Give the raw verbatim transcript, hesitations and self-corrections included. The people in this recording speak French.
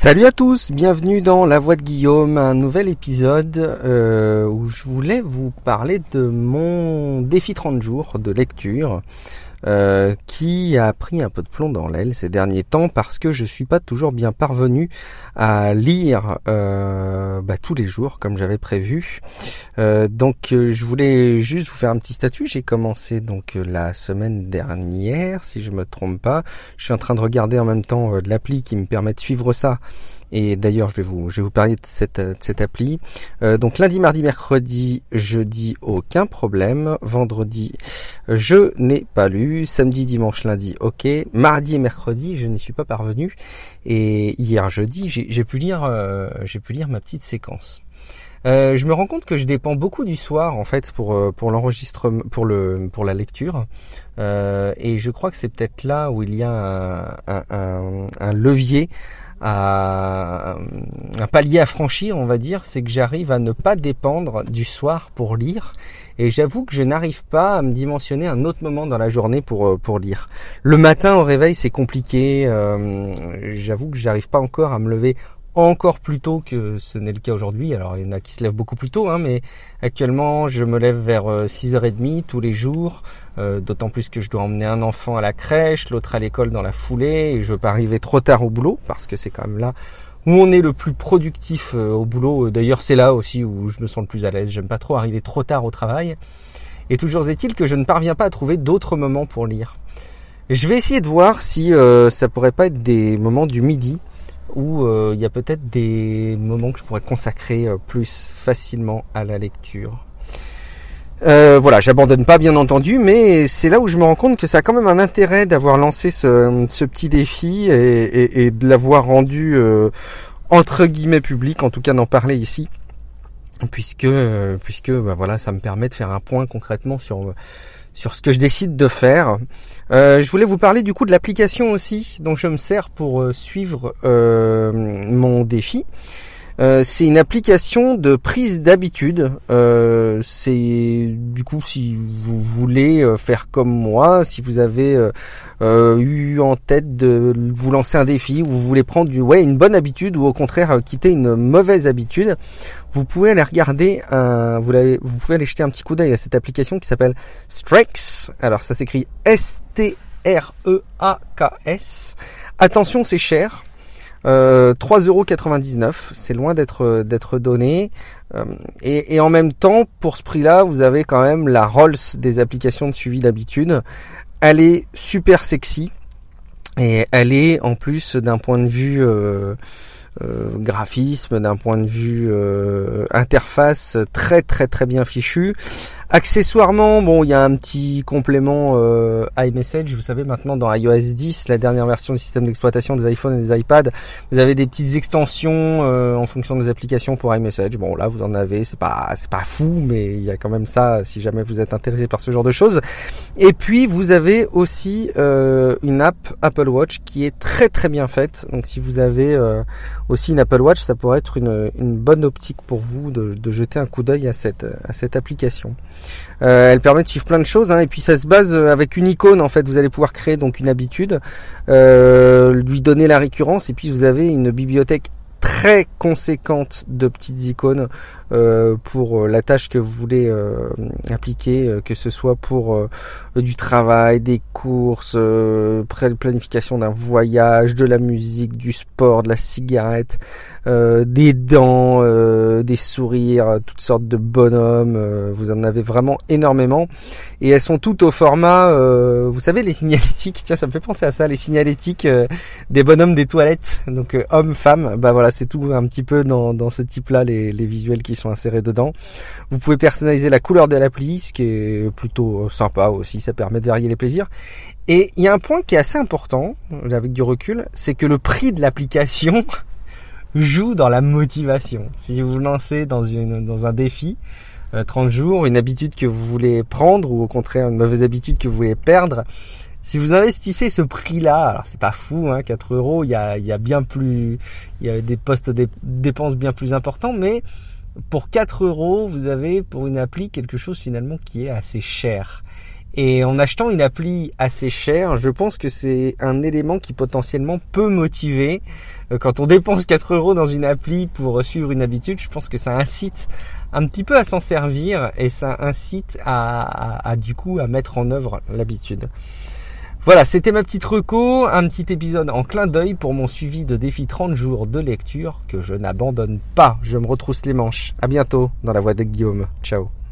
Salut à tous, bienvenue dans La Voix de Guillaume, un nouvel épisode euh, où je voulais vous parler de mon défi trente jours de lecture euh, qui a pris un peu de plomb dans l'aile ces derniers temps parce que je suis pas toujours bien parvenu à lire euh, bah, tous les jours comme j'avais prévu. Euh, donc euh, je voulais juste vous faire un petit statut. J'ai commencé donc euh, la semaine dernière, si je me trompe pas. Je suis en train de regarder en même temps euh, de l'appli qui me permet de suivre ça. Et d'ailleurs, je vais vous, je vais vous parler de cette, de cette appli. Euh, donc lundi, mardi, mercredi, jeudi, aucun problème. Vendredi, je n'ai pas lu. Samedi, dimanche, lundi, ok. Mardi et mercredi, je n'y suis pas parvenu. Et hier, jeudi, j'ai, j'ai pu lire, euh, j'ai pu lire ma petite séquence. Euh, je me rends compte que je dépends beaucoup du soir en fait pour pour l'enregistrement, pour le pour la lecture. Euh, et je crois que c'est peut-être là où il y a un, un, un, un levier. À un palier à franchir, on va dire, c'est que j'arrive à ne pas dépendre du soir pour lire, et j'avoue que je n'arrive pas à me dimensionner un autre moment dans la journée pour pour lire. Le matin au réveil, c'est compliqué. Euh, j'avoue que j'arrive pas encore à me lever encore plus tôt que ce n'est le cas aujourd'hui. Alors il y en a qui se lèvent beaucoup plus tôt, hein, mais actuellement je me lève vers six heures trente tous les jours, euh, d'autant plus que je dois emmener un enfant à la crèche, l'autre à l'école dans la foulée, et je veux pas arriver trop tard au boulot, parce que c'est quand même là où on est le plus productif euh, au boulot. D'ailleurs c'est là aussi où je me sens le plus à l'aise, j'aime pas trop arriver trop tard au travail, et toujours est-il que je ne parviens pas à trouver d'autres moments pour lire. Je vais essayer de voir si euh, ça pourrait pas être des moments du midi, où euh, il y a peut-être des moments que je pourrais consacrer euh, plus facilement à la lecture. Euh, voilà, j'abandonne pas bien entendu, mais c'est là où je me rends compte que ça a quand même un intérêt d'avoir lancé ce, ce petit défi et, et, et de l'avoir rendu euh, entre guillemets public, en tout cas d'en parler ici, puisque euh, puisque bah voilà, ça me permet de faire un point concrètement sur sur ce que je décide de faire. Euh, je voulais vous parler du coup de l'application aussi dont je me sers pour euh, suivre euh, mon défi. Euh, c'est une application de prise d'habitude. Euh, c'est du coup, si vous voulez euh, faire comme moi, si vous avez euh, euh, eu en tête de vous lancer un défi, ou vous voulez prendre du, ouais, une bonne habitude, ou au contraire euh, quitter une mauvaise habitude, vous pouvez aller regarder, un, vous, l'avez, vous pouvez aller jeter un petit coup d'œil à cette application qui s'appelle Streks. Alors ça s'écrit S T R E A K S. Attention, c'est cher. Euh, trois euros quatre-vingt-dix-neuf, c'est loin d'être d'être donné, euh, et, et en même temps, pour ce prix-là, vous avez quand même la Rolls des applications de suivi d'habitude. Elle est super sexy, et elle est en plus d'un point de vue euh, euh, graphisme, d'un point de vue euh, interface, très très très bien fichu. Accessoirement, bon, il y a un petit complément euh, iMessage. Vous savez, maintenant dans i O S dix, la dernière version du système d'exploitation des iPhones et des iPads, vous avez des petites extensions euh, en fonction des applications pour iMessage. Bon, là, vous en avez. C'est pas, c'est pas fou, mais il y a quand même ça si jamais vous êtes intéressé par ce genre de choses. Et puis, vous avez aussi euh, une app Apple Watch qui est très très bien faite. Donc, si vous avez euh, aussi une Apple Watch, ça pourrait être une, une bonne optique pour vous de, de jeter un coup d'œil à cette, à cette application. Euh, elle permet de suivre plein de choses, hein, et puis ça se base avec une icône. En fait, vous allez pouvoir créer donc une habitude, euh, lui donner la récurrence, et puis vous avez une bibliothèque très conséquente de petites icônes euh, pour la tâche que vous voulez euh, appliquer, euh, que ce soit pour euh, du travail, des courses, euh, planification d'un voyage, de la musique, du sport, de la cigarette, euh, des dents, euh, des sourires, toutes sortes de bonhommes. Euh, vous en avez vraiment énormément, et elles sont toutes au format, euh, vous savez, les signalétiques. Tiens, ça me fait penser à ça, les signalétiques euh, des bonhommes des toilettes. Donc euh, hommes, femmes, bah voilà, c'est tout un petit peu dans, dans ce type-là, les, les visuels qui sont insérés dedans. Vous pouvez personnaliser la couleur de l'appli, ce qui est plutôt sympa aussi, ça permet de varier les plaisirs. Et il y a un point qui est assez important, avec du recul, c'est que le prix de l'application joue dans la motivation. Si vous vous lancez dans, une, dans un défi, euh, trente jours, une habitude que vous voulez prendre, ou au contraire une mauvaise habitude que vous voulez perdre, si vous investissez ce prix-là, alors c'est pas fou, hein, quatre euros, il y a, il y a bien plus, il y a des postes de dépenses bien plus importants, mais pour quatre euros, vous avez pour une appli quelque chose finalement qui est assez cher. Et en achetant une appli assez chère, je pense que c'est un élément qui potentiellement peut motiver. Quand on dépense quatre euros dans une appli pour suivre une habitude, je pense que ça incite un petit peu à s'en servir et ça incite à, à, à du coup à mettre en œuvre l'habitude. Voilà, c'était ma petite reco, un petit épisode en clin d'œil pour mon suivi de défi trente jours de lecture que je n'abandonne pas. Je me retrousse les manches. À bientôt dans la voix de Guillaume. Ciao.